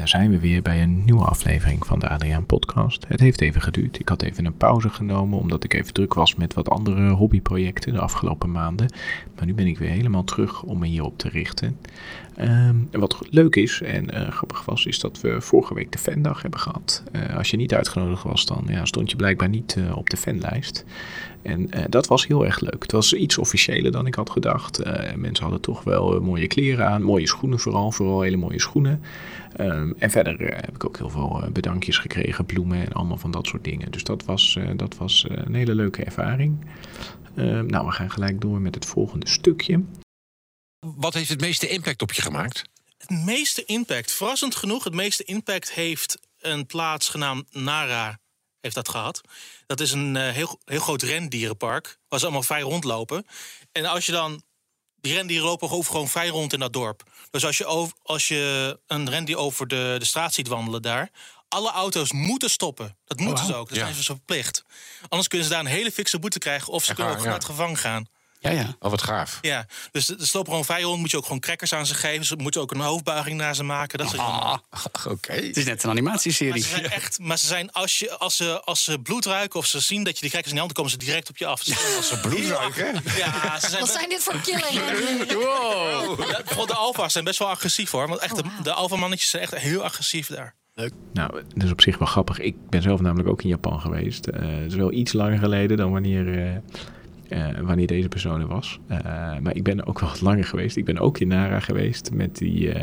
daar zijn we weer bij een nieuwe aflevering van de Adriaan Podcast. Het heeft even geduurd. Ik had even een pauze genomen omdat ik even druk was met wat andere hobbyprojecten de afgelopen maanden. Maar nu ben ik weer helemaal terug om me hierop te richten. Wat leuk is en grappig was, is dat we vorige week de fandag hebben gehad. Als je niet uitgenodigd was, dan stond je blijkbaar niet op de fanlijst. En dat was heel erg leuk. Het was iets officiëler dan ik had gedacht. Mensen hadden toch wel mooie kleren aan, mooie schoenen vooral hele mooie schoenen. En verder heb ik ook heel veel bedankjes gekregen, bloemen en allemaal van dat soort dingen. Dus dat was een hele leuke ervaring. We gaan gelijk door met het volgende stukje. Wat heeft het meeste impact op je gemaakt? Het meeste impact, verrassend genoeg, het meeste impact heeft een plaats genaamd Nara heeft dat gehad. Dat is een heel groot rendierenpark, waar ze allemaal vrij rondlopen. En als je dan, die rendieren lopen gewoon vrij rond in dat dorp. Dus als je een rendier over de straat ziet wandelen daar, alle auto's moeten stoppen. Dat moeten ze ook, dat zijn ze verplicht. Anders kunnen ze daar een hele fikse boete krijgen of ze kunnen ook naar het gevangen gaan. Ja. Oh, wat gaaf. Ja, dus ze lopen gewoon vrij rond. Moet je ook gewoon crackers aan ze geven. Ze moeten ook een hoofdbuiging naar ze maken. Dat Oké. Het is net een animatieserie. Maar ze zijn als ze bloed ruiken of ze zien dat je die crackers in je handen komen, ze direct op je af. Als ze bloed ruiken? Ja, ze zijn Wat zijn dit voor killingen? Wow. Bijvoorbeeld de alfa's zijn best wel agressief hoor. Want echt de alfamannetjes zijn echt heel agressief daar. Leuk. Nou, dat is op zich wel grappig. Ik ben zelf namelijk ook in Japan geweest. Het is wel iets langer geleden dan wanneer deze persoon er was. Maar ik ben ook wel wat langer geweest. Ik ben ook in Nara geweest met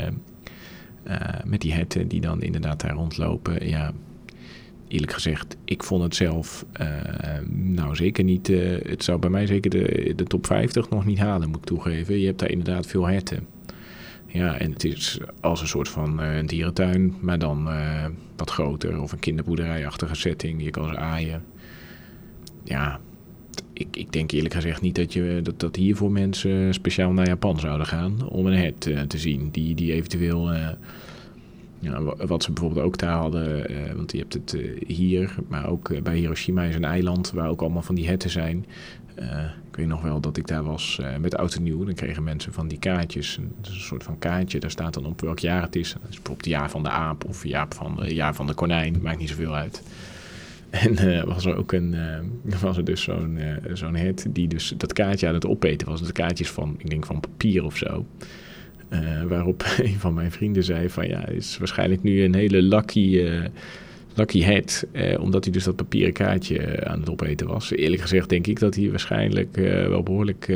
die herten die dan inderdaad daar rondlopen. Ja, eerlijk gezegd, ik vond het zelf zeker niet. Het zou bij mij zeker de top 50 nog niet halen, moet ik toegeven. Je hebt daar inderdaad veel herten. Ja, en het is als een soort van een dierentuin, maar dan wat groter of een kinderboerderijachtige setting. Je kan ze aaien. Ja, ik denk eerlijk gezegd niet dat hiervoor mensen speciaal naar Japan zouden gaan om een hert te zien. Die eventueel, wat ze bijvoorbeeld ook daar hadden, want je hebt het hier, maar ook bij Hiroshima is een eiland waar ook allemaal van die herten zijn. Ik weet nog wel dat ik daar was met oud en nieuw. Dan kregen mensen van die kaartjes. Dat is een soort van kaartje. Daar staat dan op welk jaar het is. Dat is bijvoorbeeld het jaar van de aap of het jaar van de konijn. Maakt niet zoveel uit. En was er dus zo'n hert die dus dat kaartje aan het opeten was. Dat kaartjes van, ik denk van papier of zo. Waarop een van mijn vrienden zei van het is waarschijnlijk nu een hele lucky hert. Omdat hij dus dat papieren kaartje aan het opeten was. Eerlijk gezegd denk ik dat hij waarschijnlijk wel behoorlijk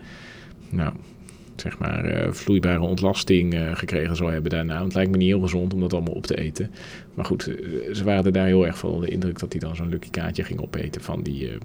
vloeibare ontlasting gekregen zou hebben daarna. Want het lijkt me niet heel gezond om dat allemaal op te eten. Maar goed, ze waren er daar heel erg van onder de indruk dat hij dan zo'n lucky kaartje ging opeten van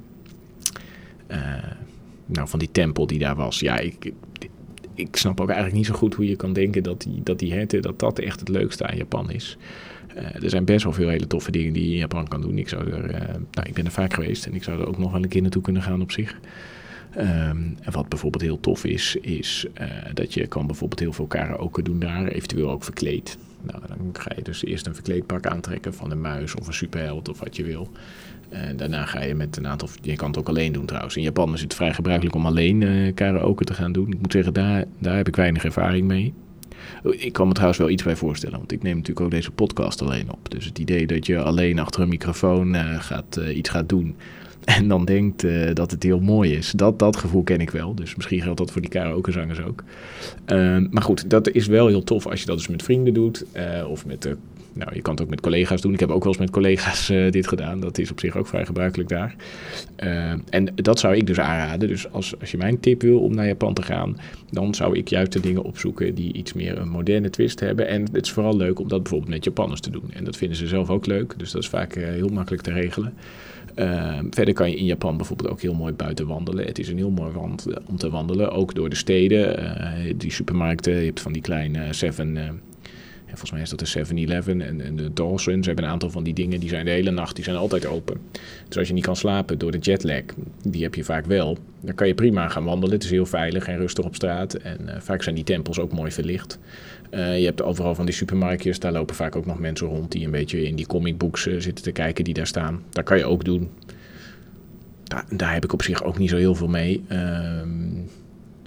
die tempel die daar was. Ja, ik snap ook eigenlijk niet zo goed hoe je kan denken dat die herten, dat echt het leukste aan Japan is. Er zijn best wel veel hele toffe dingen die je in Japan kan doen. Ik ben er vaak geweest en ik zou er ook nog wel een keer naartoe kunnen gaan op zich. En wat bijvoorbeeld heel tof is dat je kan bijvoorbeeld heel veel karaoke doen daar, eventueel ook verkleed. Nou, dan ga je dus eerst een verkleedpak aantrekken van een muis of een superheld of wat je wil. En daarna ga je met een aantal. Je kan het ook alleen doen trouwens. In Japan is het vrij gebruikelijk om alleen karaoke te gaan doen. Ik moet zeggen, daar heb ik weinig ervaring mee. Ik kan me trouwens wel iets bij voorstellen, want ik neem natuurlijk ook deze podcast alleen op. Dus het idee dat je alleen achter een microfoon iets gaat doen en dan denkt dat het heel mooi is, dat gevoel ken ik wel. Dus misschien geldt dat voor die karaokezangers ook. Maar goed, dat is wel heel tof als je dat dus met vrienden doet of met je kan het ook met collega's doen. Ik heb ook wel eens met collega's dit gedaan. Dat is op zich ook vrij gebruikelijk daar. En dat zou ik dus aanraden. Dus als je mijn tip wil om naar Japan te gaan, dan zou ik juist de dingen opzoeken die iets meer een moderne twist hebben. En het is vooral leuk om dat bijvoorbeeld met Japanners te doen. En dat vinden ze zelf ook leuk. Dus dat is vaak heel makkelijk te regelen. Verder kan je in Japan bijvoorbeeld ook heel mooi buiten wandelen. Het is een heel mooi land om te wandelen. Ook door de steden. Die supermarkten. Je hebt van die kleine volgens mij is dat de 7-Eleven en de Dawson. Ze hebben een aantal van die dingen, die zijn de hele nacht, die zijn altijd open. Dus als je niet kan slapen door de jetlag, die heb je vaak wel. Dan kan je prima gaan wandelen. Het is heel veilig en rustig op straat. En vaak zijn die tempels ook mooi verlicht. Je hebt overal van die supermarktjes. Daar lopen vaak ook nog mensen rond die een beetje in die comicbooks zitten te kijken die daar staan. Dat kan je ook doen. Daar heb ik op zich ook niet zo heel veel mee.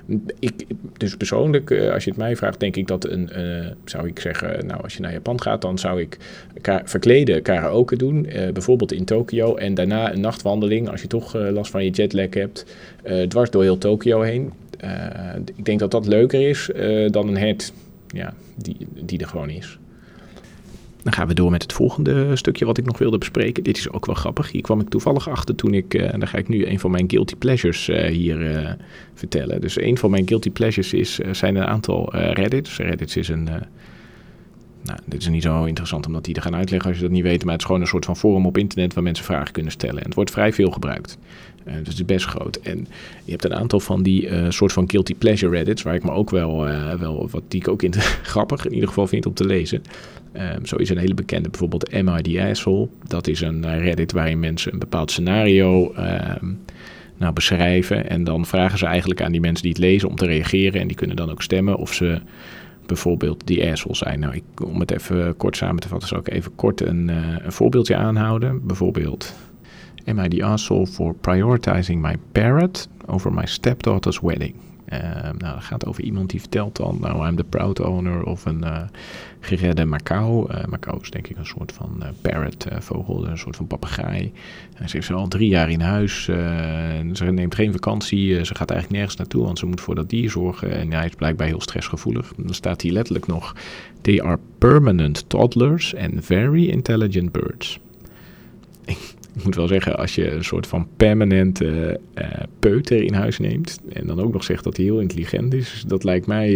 Dus persoonlijk, als je het mij vraagt, denk ik dat zou ik zeggen, nou, als je naar Japan gaat, dan zou ik verkleden karaoke doen, bijvoorbeeld in Tokio, en daarna een nachtwandeling, als je toch last van je jetlag hebt, dwars door heel Tokio heen. Ik denk dat dat leuker is dan een hert die er gewoon is. Dan gaan we door met het volgende stukje wat ik nog wilde bespreken. Dit is ook wel grappig. Hier kwam ik toevallig achter toen en dan ga ik nu een van mijn guilty pleasures hier vertellen. Dus een van mijn guilty pleasures zijn een aantal Reddits. Reddits is dit is niet zo interessant om dat die te gaan uitleggen als je dat niet weet. Maar het is gewoon een soort van forum op internet waar mensen vragen kunnen stellen. En het wordt vrij veel gebruikt. Dus het is best groot. En je hebt een aantal van die soort van guilty pleasure Reddits, waar ik me ook die ik ook grappig in ieder geval vind om te lezen. Zo is een hele bekende bijvoorbeeld Am I the Asshole? Dat is een Reddit waarin mensen een bepaald scenario beschrijven. En dan vragen ze eigenlijk aan die mensen die het lezen om te reageren. En die kunnen dan ook stemmen of ze bijvoorbeeld die asshole zijn. Nou, om het even kort samen te vatten, zal ik even kort een voorbeeldje aanhouden. Bijvoorbeeld, am I the asshole for prioritizing my parrot over my stepdaughter's wedding? Dat gaat over iemand die vertelt dan, I'm the proud owner of een geredde Macau. Macau is denk ik een soort van parrotvogel, een soort van papegaai. Ze heeft ze al 3 jaar in huis. Ze neemt geen vakantie. Ze gaat eigenlijk nergens naartoe, want ze moet voor dat dier zorgen. En hij is blijkbaar heel stressgevoelig. Dan staat hier letterlijk nog, they are permanent toddlers and very intelligent birds. Ik moet wel zeggen, als je een soort van permanente peuter in huis neemt en dan ook nog zegt dat hij heel intelligent is, dat lijkt mij,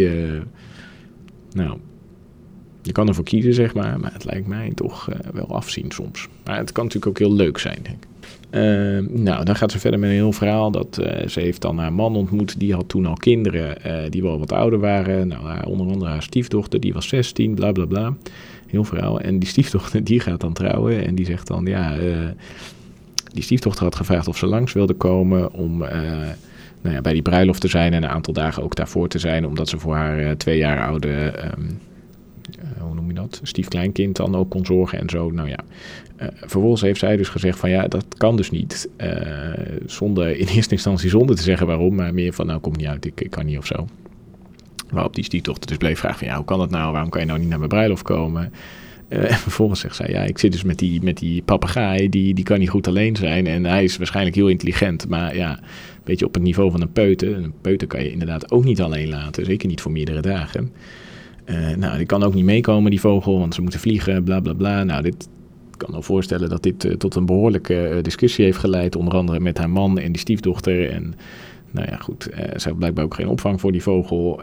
je kan ervoor kiezen zeg maar het lijkt mij toch wel afzien soms. Maar het kan natuurlijk ook heel leuk zijn, denk ik. Dan gaat ze verder met een heel verhaal dat ze heeft dan haar man ontmoet, die had toen al kinderen die wel wat ouder waren. Onder andere haar stiefdochter, die was 16, bla bla bla. Heel verhaal. En die stiefdochter die gaat dan trouwen en die zegt dan, die stiefdochter had gevraagd of ze langs wilde komen om bij die bruiloft te zijn en een aantal dagen ook daarvoor te zijn, omdat ze voor haar 2 jaar oude, hoe noem je dat, stiefkleinkind dan ook kon zorgen en zo. Vervolgens heeft zij dus gezegd van dat kan dus niet. In eerste instantie zonder te zeggen waarom, maar meer van komt niet uit, ik kan niet of zo. Waarop die stiefdochter dus bleef vragen van hoe kan dat nou, waarom kan je nou niet naar mijn bruiloft komen? En vervolgens zegt zij, ik zit dus met die papegaai, die kan niet goed alleen zijn en hij is waarschijnlijk heel intelligent, maar een beetje op het niveau van een peuter. Een peuter kan je inderdaad ook niet alleen laten, zeker niet voor meerdere dagen. Die kan ook niet meekomen, die vogel, want ze moeten vliegen, bla bla bla. Ik kan me voorstellen dat dit tot een behoorlijke discussie heeft geleid, onder andere met haar man en die stiefdochter. En zij had blijkbaar ook geen opvang voor die vogel.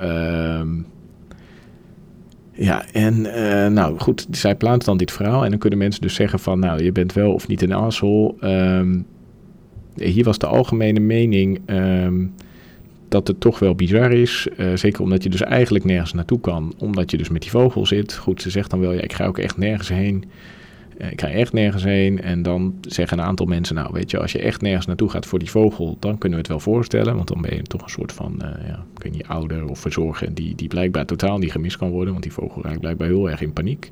Zij plaatst dan dit verhaal en dan kunnen mensen dus zeggen van, je bent wel of niet een asshole. Hier was de algemene mening dat het toch wel bizar is. Zeker omdat je dus eigenlijk nergens naartoe kan, omdat je dus met die vogel zit. Goed, ze zegt dan wel, ik ga ook echt nergens heen. Ik ga echt nergens heen. En dan zeggen een aantal mensen, als je echt nergens naartoe gaat voor die vogel, dan kunnen we het wel voorstellen. Want dan ben je toch een soort van, ouder of verzorger die blijkbaar totaal niet gemist kan worden. Want die vogel raakt blijkbaar heel erg in paniek.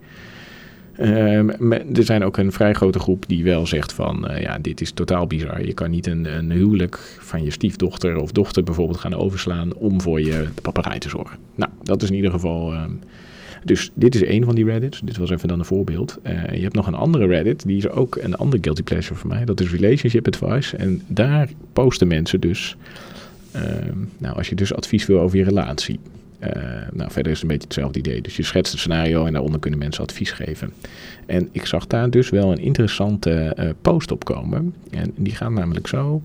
Er zijn ook een vrij grote groep die wel zegt van, dit is totaal bizar. Je kan niet een huwelijk van je stiefdochter of dochter bijvoorbeeld gaan overslaan om voor je papegaai te zorgen. Dat is in ieder geval. Dus dit is één van die Reddits. Dit was even dan een voorbeeld. Je hebt nog een andere Reddit. Die is ook een andere guilty pleasure voor mij. Dat is Relationship Advice. En daar posten mensen dus, als je dus advies wil over je relatie. Verder is het een beetje hetzelfde idee. Dus je schetst een scenario en daaronder kunnen mensen advies geven. En ik zag daar dus wel een interessante post op komen. En die gaat namelijk zo.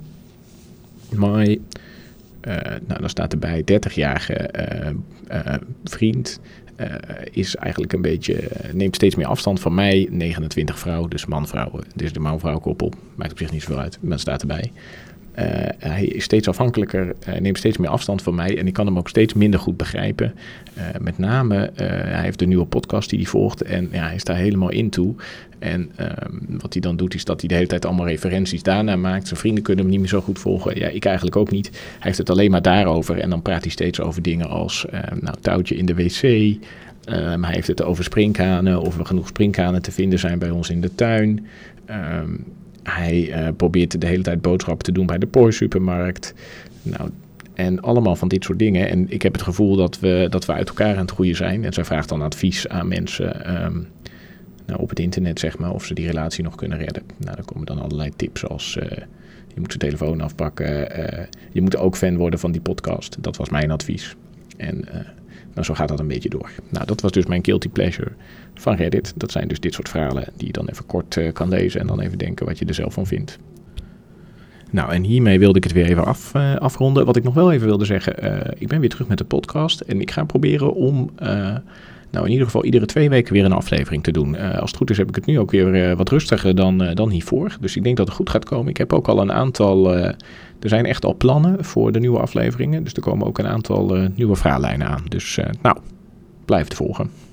Dan staat erbij 30-jarige vriend is eigenlijk een beetje, neemt steeds meer afstand van mij. 29 vrouw, dus man-vrouw. Dit is de man-vrouw koppel. Maakt op zich niet zoveel uit, maar het staat erbij. Hij is steeds afhankelijker, neemt steeds meer afstand van mij en ik kan hem ook steeds minder goed begrijpen. Met name, hij heeft een nieuwe podcast die hij volgt en hij is daar helemaal into. En wat hij dan doet is dat hij de hele tijd allemaal referenties daarna maakt. Zijn vrienden kunnen hem niet meer zo goed volgen. Ik eigenlijk ook niet. Hij heeft het alleen maar daarover en dan praat hij steeds over dingen als touwtje in de wc. Hij heeft het over springkanen, of er genoeg springkanen te vinden zijn bij ons in de tuin. Hij probeert de hele tijd boodschappen te doen bij de Pooi supermarkt. En allemaal van dit soort dingen. En ik heb het gevoel dat we uit elkaar aan het groeien zijn. En zij vraagt dan advies aan mensen op het internet, zeg maar, of ze die relatie nog kunnen redden. Nou, daar komen dan allerlei tips als je moet zijn telefoon afpakken. Je moet ook fan worden van die podcast. Dat was mijn advies. En zo gaat dat een beetje door. Nou, dat was dus mijn guilty pleasure van Reddit. Dat zijn dus dit soort verhalen die je dan even kort kan lezen en dan even denken wat je er zelf van vindt. Nou, en hiermee wilde ik het weer even afronden. Wat ik nog wel even wilde zeggen, ik ben weer terug met de podcast en ik ga proberen om in ieder geval iedere 2 weken weer een aflevering te doen. Als het goed is heb ik het nu ook weer wat rustiger dan hiervoor. Dus ik denk dat het goed gaat komen. Ik heb ook al een aantal, er zijn echt al plannen voor de nieuwe afleveringen. Dus er komen ook een aantal nieuwe vraaglijnen aan. Dus blijf het volgen.